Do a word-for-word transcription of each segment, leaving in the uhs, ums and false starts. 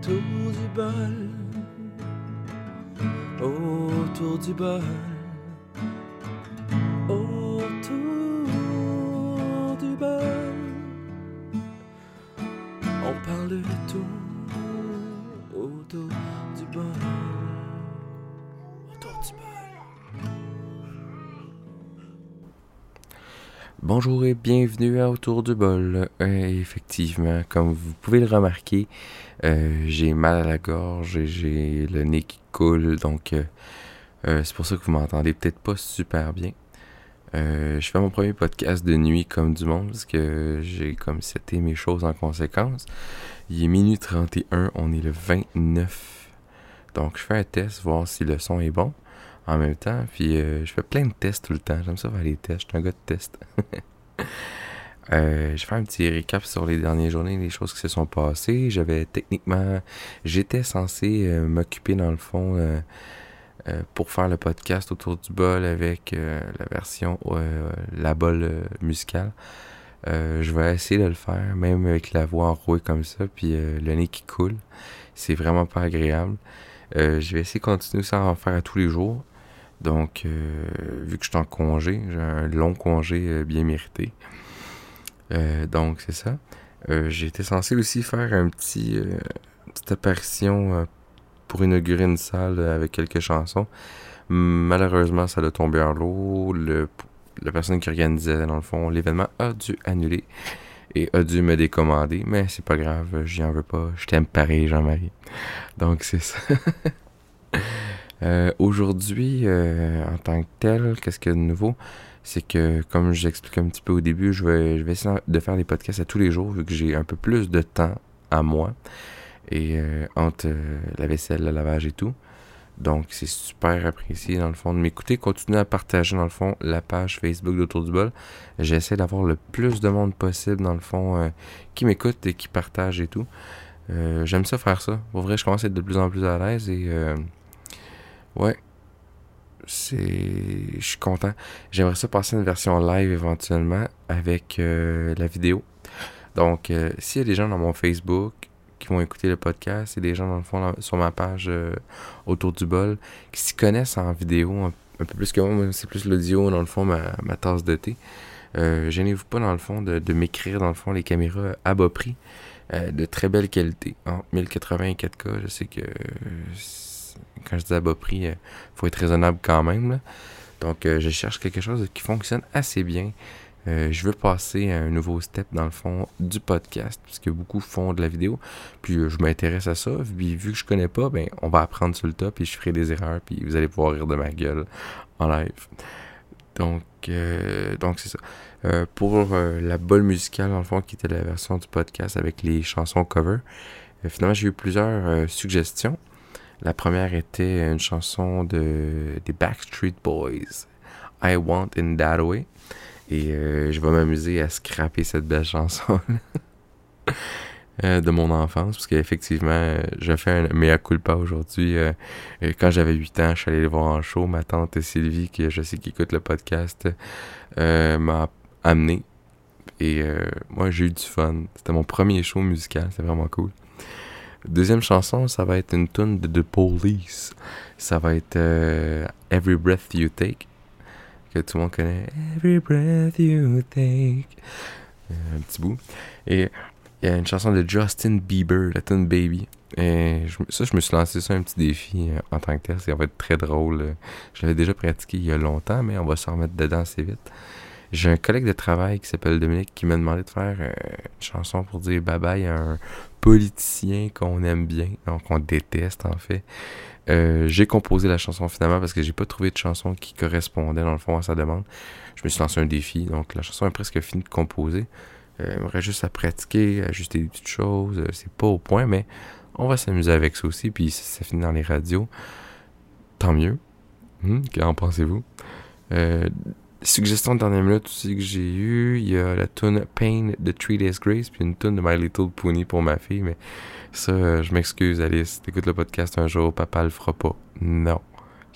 autour du bol, autour du bol, autour du bol. On parle de tout autour du bol, autour du bol. Bonjour et bienvenue à Autour du bol. Euh, effectivement, comme vous pouvez le remarquer, euh, j'ai mal à la gorge et j'ai le nez qui coule, donc euh, euh, c'est pour ça que vous m'entendez peut-être pas super bien. Euh, je fais mon premier podcast de nuit comme du monde parce que j'ai comme seté mes choses en conséquence. Il est minuit trente et un, on est le vingt-neuf. Donc je fais un test, voir si le son est bon en même temps. Puis euh, je fais plein de tests tout le temps. J'aime ça faire les tests, je suis un gars de test. euh, je fais un petit récap sur les dernières journées, les choses qui se sont passées. J'avais techniquement... J'étais censé euh, m'occuper dans le fond... Euh, Euh, pour faire le podcast autour du bol avec euh, la version euh, la bol euh, musicale. Euh, je vais essayer de le faire, même avec la voix enrouée comme ça, puis euh, le nez qui coule. C'est vraiment pas agréable. Euh, je vais essayer de continuer ça à en faire à tous les jours. Donc, euh, vu que je suis en congé, j'ai un long congé euh, bien mérité. Euh, donc, c'est ça. Euh, j'ai été censé aussi faire un petit euh, petite apparition euh, pour inaugurer une salle avec quelques chansons. Malheureusement, ça a tombé en l'eau. Le, la personne qui organisait, dans le fond, l'événement a dû annuler et a dû me décommander. Mais c'est pas grave, j'y en veux pas. Je t'aime pareil, Jean-Marie. Donc, c'est ça. euh, aujourd'hui, euh, en tant que tel, qu'est-ce qu'il y a de nouveau? C'est que, comme je l'expliquais un petit peu au début, je vais, je vais essayer de faire des podcasts à tous les jours, vu que j'ai un peu plus de temps à moi. Et euh, entre euh, la vaisselle, le lavage et tout. Donc, c'est super apprécié, dans le fond, de m'écouter. Continuez à partager, dans le fond, la page Facebook d'Autour du bol. J'essaie d'avoir le plus de monde possible, dans le fond, euh, qui m'écoute et qui partage et tout. Euh, j'aime ça faire ça. Pour vrai, je commence à être de plus en plus à l'aise et... Euh, ouais. C'est... Je suis content. J'aimerais ça passer une version live, éventuellement, avec euh, la vidéo. Donc, euh, s'il y a des gens dans mon Facebook... qui vont écouter le podcast, et des gens dans le fond sur ma page euh, autour du bol qui s'y connaissent en vidéo un, un peu plus que moi. Moi, c'est plus l'audio dans le fond, ma, ma tasse de thé. Euh, gênez-vous pas dans le fond de, de m'écrire dans le fond les caméras à bas prix, euh, de très belle qualité, entre mille quatre-vingts et quatre K. Je sais que euh, quand je dis à bas prix, il euh, faut être raisonnable quand même là. Donc euh, je cherche quelque chose qui fonctionne assez bien. Euh, je veux passer à un nouveau step dans le fond du podcast, puisque beaucoup font de la vidéo, puis euh, je m'intéresse à ça, puis vu que je connais pas, ben on va apprendre sur le tas, puis je ferai des erreurs, puis vous allez pouvoir rire de ma gueule en live. Donc, euh, donc c'est ça. Euh, pour euh, la bol musicale, dans le fond, qui était la version du podcast avec les chansons cover, euh, finalement j'ai eu plusieurs euh, suggestions. La première était une chanson de des Backstreet Boys, I Want in That Way. Et euh, je vais m'amuser à scraper cette belle chanson euh, de mon enfance. Parce qu'effectivement, euh, je fais un mea culpa aujourd'hui. Euh, euh, quand j'avais huit ans, je suis allé les voir en show. Ma tante Sylvie, qui je sais qui écoute le podcast, euh, m'a amené. Et euh, moi, j'ai eu du fun. C'était mon premier show musical. C'était vraiment cool. Deuxième chanson, ça va être une tune de The Police. Ça va être euh, Every Breath You Take, que tout le monde connaît. Every breath you take. Euh, un petit bout. Et il y a une chanson de Justin Bieber, la tune Baby. Et je, ça, je me suis lancé sur un petit défi euh, en tant que tel. Ça va être très drôle. Je l'avais déjà pratiqué il y a longtemps, mais on va se remettre dedans assez vite. J'ai un collègue de travail qui s'appelle Dominique qui m'a demandé de faire euh, une chanson pour dire bye-bye à un politicien qu'on aime bien, donc qu'on déteste en fait. Euh, j'ai composé la chanson finalement parce que j'ai pas trouvé de chanson qui correspondait dans le fond à sa demande. Je me suis lancé un défi, donc la chanson est presque finie de composer. Euh, il me reste juste à pratiquer, à ajuster des petites choses. Euh, c'est pas au point, mais on va s'amuser avec ça aussi. Puis si ça finit dans les radios, tant mieux. Hum, qu'en pensez-vous? Euh, suggestion de dernière minute aussi que j'ai eu, il y a la tune Pain de Three Days Grace, puis une tune de My Little Pony pour ma fille, mais ça, euh, je m'excuse Alice, t'écoutes le podcast un jour, papa le fera pas. Non,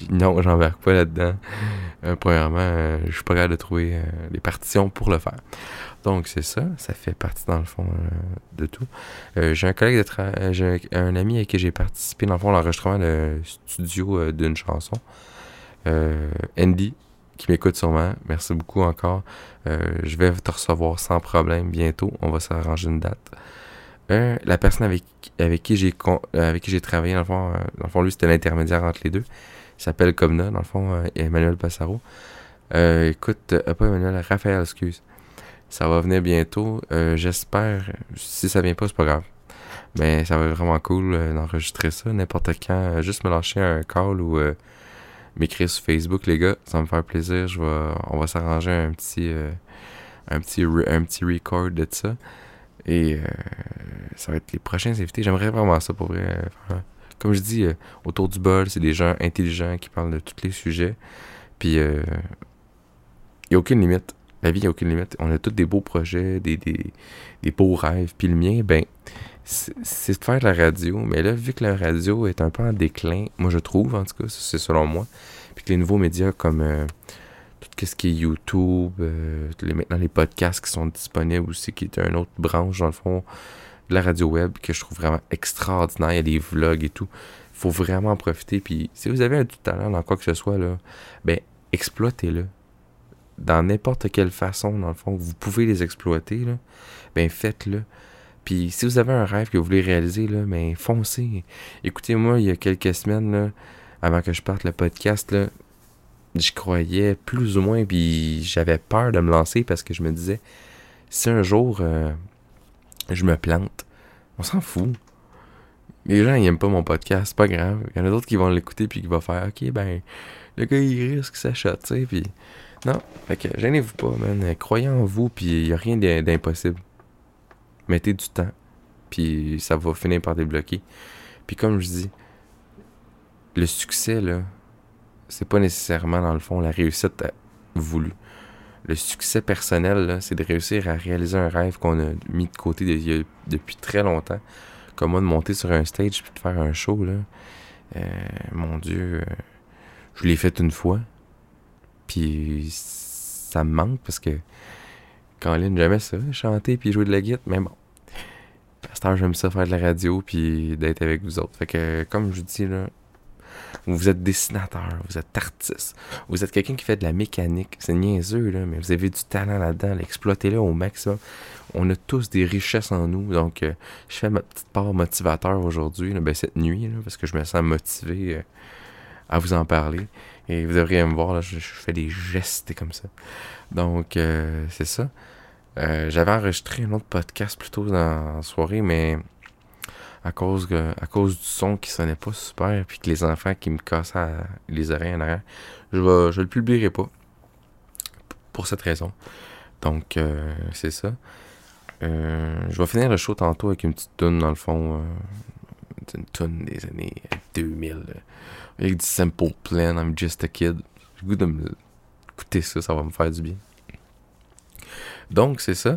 Puis non, j'embarque pas là-dedans. Euh, premièrement, euh, je suis pas capable de trouver euh, les partitions pour le faire. Donc, c'est ça. Ça fait partie, dans le fond, euh, de tout. Euh, j'ai un collègue de travail, j'ai un ami avec qui j'ai participé, dans le fond, à l'enregistrement de studio euh, d'une chanson. Euh, Andy, qui m'écoute sûrement. Merci beaucoup encore. Euh, je vais te recevoir sans problème bientôt. On va s'arranger une date. Euh, la personne avec, avec qui j'ai con, euh, avec qui j'ai travaillé, dans le fond, euh, dans le fond, lui, c'était l'intermédiaire entre les deux. Il s'appelle Comna, dans le fond, euh, Emmanuel Passaro. Euh, écoute, euh, pas Emmanuel, Raphaël, excuse. Ça va venir bientôt. Euh, j'espère. Si ça vient pas, c'est pas grave. Mais ça va être vraiment cool euh, d'enregistrer ça n'importe quand. Euh, juste me lâcher un call ou euh, m'écrire sur Facebook, les gars. Ça va me faire plaisir. Je vais, on va s'arranger un petit, euh, un petit, re- un petit record de ça. Et euh, ça va être les prochains invités. J'aimerais vraiment ça pour vrai. euh, Comme je dis, euh, autour du bol, c'est des gens intelligents qui parlent de tous les sujets. Puis, il euh, n'y a aucune limite. La vie, il n'y a aucune limite. On a tous des beaux projets, des, des, des beaux rêves. Puis le mien, ben, c'est, c'est de faire de la radio. Mais là, vu que la radio est un peu en déclin, moi je trouve, en tout cas, c'est selon moi. Puis que les nouveaux médias comme euh, tout ce qui est YouTube, euh, les, maintenant les podcasts qui sont disponibles aussi, qui est une autre branche, dans le fond, de la radio web, que je trouve vraiment extraordinaire. Il y a des vlogs et tout. Il faut vraiment en profiter. Puis si vous avez un tout talent dans quoi que ce soit, là, ben, exploitez-le. Dans n'importe quelle façon, dans le fond, vous pouvez les exploiter, là, ben faites-le. Puis si vous avez un rêve que vous voulez réaliser, là, ben foncez. Écoutez, moi, il y a quelques semaines, là, avant que je parte le podcast, là, j'y croyais plus ou moins, puis j'avais peur de me lancer parce que je me disais, si un jour euh, je me plante, on s'en fout. Les gens, ils aiment pas mon podcast, c'est pas grave. Il y en a d'autres qui vont l'écouter puis qui vont faire, ok, ben, le gars, il risque sa shot, tu sais, puis... Non, fait que gênez-vous pas, man. Croyez en vous, puis il y a rien d'impossible. Mettez du temps, puis ça va finir par débloquer. Puis comme je dis, le succès, là, c'est pas nécessairement, dans le fond, la réussite voulue. Le succès personnel, là, c'est de réussir à réaliser un rêve qu'on a mis de côté de, depuis très longtemps. Comme moi, de monter sur un stage puis de faire un show, là. Euh, mon Dieu, euh, je l'ai fait une fois. Puis ça me manque parce que Colin, j'aimais ça, chanter puis jouer de la guitare, mais bon. À cette heure, j'aime ça faire de la radio puis d'être avec vous autres. Fait que, comme je vous dis, là, vous êtes dessinateur, vous êtes artiste, vous êtes quelqu'un qui fait de la mécanique. C'est niaiseux, là, mais vous avez du talent là-dedans, là, exploitez-le au maximum. On a tous des richesses en nous, donc euh, je fais ma petite part motivateur aujourd'hui, là, ben, cette nuit, là, parce que je me sens motivé euh, à vous en parler. Et vous devriez me voir, là, je, je fais des gestes comme ça. Donc, euh, c'est ça. Euh, j'avais enregistré un autre podcast plus tôt dans la soirée, mais à cause, que, à cause du son qui sonnait pas super, puis que les enfants qui me cassaient les oreilles en arrière, je vais, je le publierai pas. Pour cette raison. Donc, euh, c'est ça. Euh, je vais finir le show tantôt avec une petite toune, dans le fond. Euh, une toune des années deux mille. Euh, avec du Simple Plan, I'm Just a Kid. J'ai le goût de me écouter ça, ça va me faire du bien. Donc, c'est ça.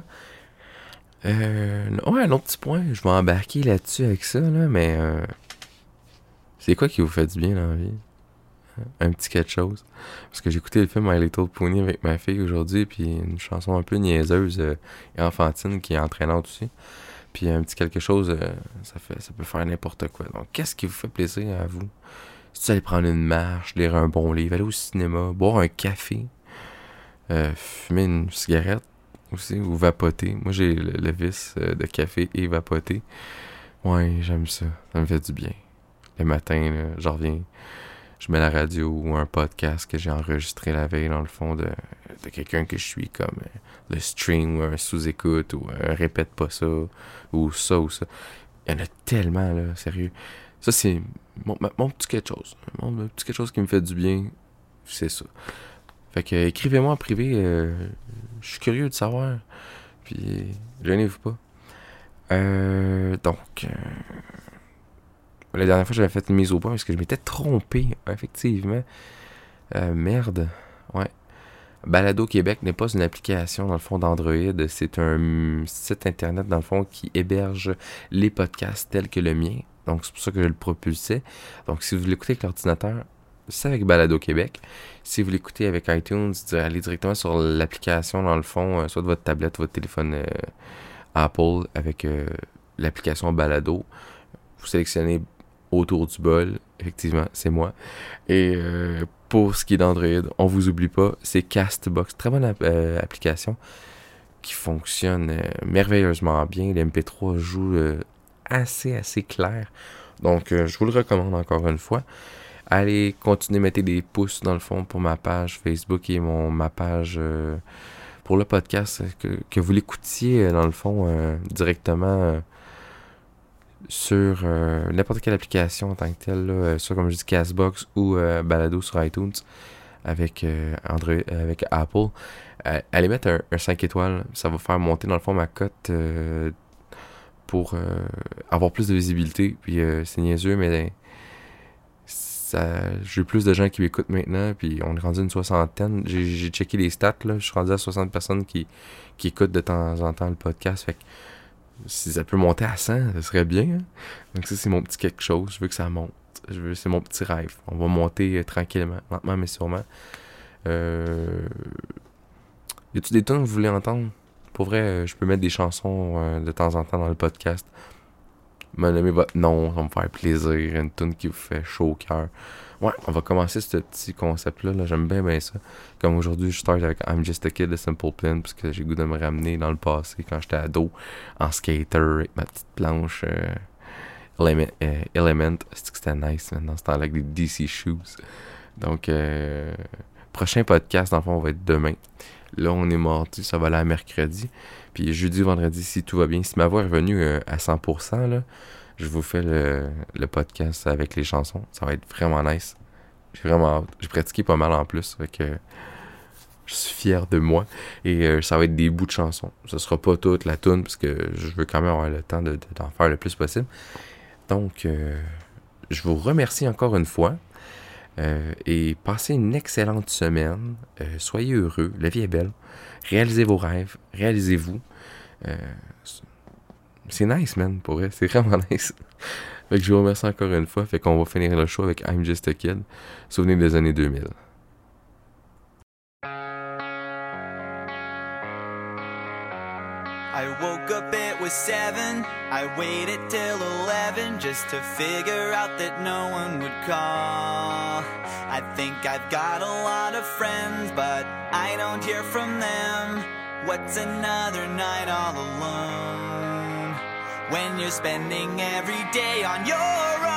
Euh, ouais, un autre petit point, je vais embarquer là-dessus avec ça, là, mais euh, c'est quoi qui vous fait du bien dans la vie? Un petit quelque chose. Parce que j'ai écouté le film My Little Pony avec ma fille aujourd'hui, puis une chanson un peu niaiseuse euh, et enfantine qui est entraînante aussi. Puis un petit quelque chose, euh, ça fait, ça peut faire n'importe quoi. Donc, qu'est-ce qui vous fait plaisir à vous? Si tu allez prendre une marche, lire un bon livre, aller au cinéma, boire un café, euh, fumer une cigarette aussi, ou vapoter. Moi, j'ai le, le vice euh, de café et vapoter. Ouais, j'aime ça. Ça me fait du bien. Le matin, là, je reviens, je mets la radio ou un podcast que j'ai enregistré la veille, dans le fond, de, de quelqu'un que je suis, comme euh, le stream ou un sous-écoute ou un répète pas ça, ou ça ou ça. Il y en a tellement, là, sérieux. Ça, c'est mon, mon petit quelque chose. Mon, mon petit quelque chose qui me fait du bien, c'est ça. Fait que écrivez-moi en privé, euh, je suis curieux de savoir. Puis, gênez-vous pas. Euh, donc, euh, la dernière fois, j'avais fait une mise au point parce que je m'étais trompé, effectivement. Euh, merde. Ouais. Balado Québec n'est pas une application, dans le fond, d'Android. C'est un site internet, dans le fond, qui héberge les podcasts tels que le mien. Donc, c'est pour ça que je le propulsais. Donc, si vous l'écoutez avec l'ordinateur, c'est avec Balado Québec. Si vous l'écoutez avec iTunes, allez directement sur l'application, dans le fond, euh, soit de votre tablette, votre téléphone euh, Apple, avec euh, l'application Balado. Vous sélectionnez autour du bol, effectivement, c'est moi. Et euh, pour ce qui est d'Android, on vous oublie pas, c'est Castbox, très bonne app- euh, application qui fonctionne euh, merveilleusement bien. Le M P trois joue euh, assez, assez clair. Donc, euh, je vous le recommande encore une fois. Allez continuer, mettez des pouces dans le fond pour ma page Facebook et mon ma page euh, pour le podcast, que, que vous l'écoutiez dans le fond euh, directement euh, sur euh, n'importe quelle application en tant que telle, là, soit comme je dis Castbox ou euh, Balado sur iTunes avec euh, Android, avec Apple. Euh, allez mettre un, un cinq étoiles, ça va faire monter dans le fond ma cote euh, pour euh, avoir plus de visibilité. Puis euh, c'est niaiseux, mais ça, j'ai plus de gens qui m'écoutent maintenant, puis on est rendu une soixantaine. J'ai, j'ai checké les stats, là, je suis rendu à soixante personnes qui, qui écoutent de temps en temps le podcast. Fait que si ça peut monter à cent, ça serait bien. Hein? Donc ça, c'est mon petit quelque chose. Je veux que ça monte. Je veux, c'est mon petit rêve. On va monter euh, tranquillement, lentement mais sûrement. Euh... Y a-tu des tunes que vous voulez entendre? Pour vrai, euh, je peux mettre des chansons euh, de temps en temps dans le podcast. Me nommer votre nom, ça va me faire plaisir. Une tune qui vous fait chaud au cœur. Ouais, on va commencer ce petit concept-là. Là. J'aime bien, bien ça. Comme aujourd'hui, je start avec I'm Just a Kid de Simple Plan, parce que j'ai le goût de me ramener dans le passé quand j'étais ado, en skater, avec ma petite planche euh, Element. Euh, Element. C'est que c'était nice maintenant, ce temps-là, avec des D C Shoes. Donc, euh, prochain podcast, dans le fond, va être demain. Là, on est mardi, ça va aller à mercredi. Puis jeudi, vendredi, si tout va bien, si ma voix est revenue euh, à cent pour cent, là, je vous fais le, le podcast avec les chansons. Ça va être vraiment nice. J'ai vraiment hâte. J'ai pratiqué pas mal en plus. Fait que je suis fier de moi. Et euh, ça va être des bouts de chansons. Ce sera pas toute la tune parce que je veux quand même avoir le temps de, de, d'en faire le plus possible. Donc, euh, je vous remercie encore une fois. Euh, et passez une excellente semaine. Euh, soyez heureux. La vie est belle. Réalisez vos rêves. Réalisez-vous. Euh, c'est nice, man, pour vrai. C'est vraiment nice. Fait que je vous remercie encore une fois. Fait qu'on va finir le show avec I'm Just a Kid. Souvenez des années deux mille. I woke up, it was seven. I waited till eleven just to figure out that no one would call. I think I've got a lot of friends, but I don't hear from them. What's another night all alone when you're spending every day on your own?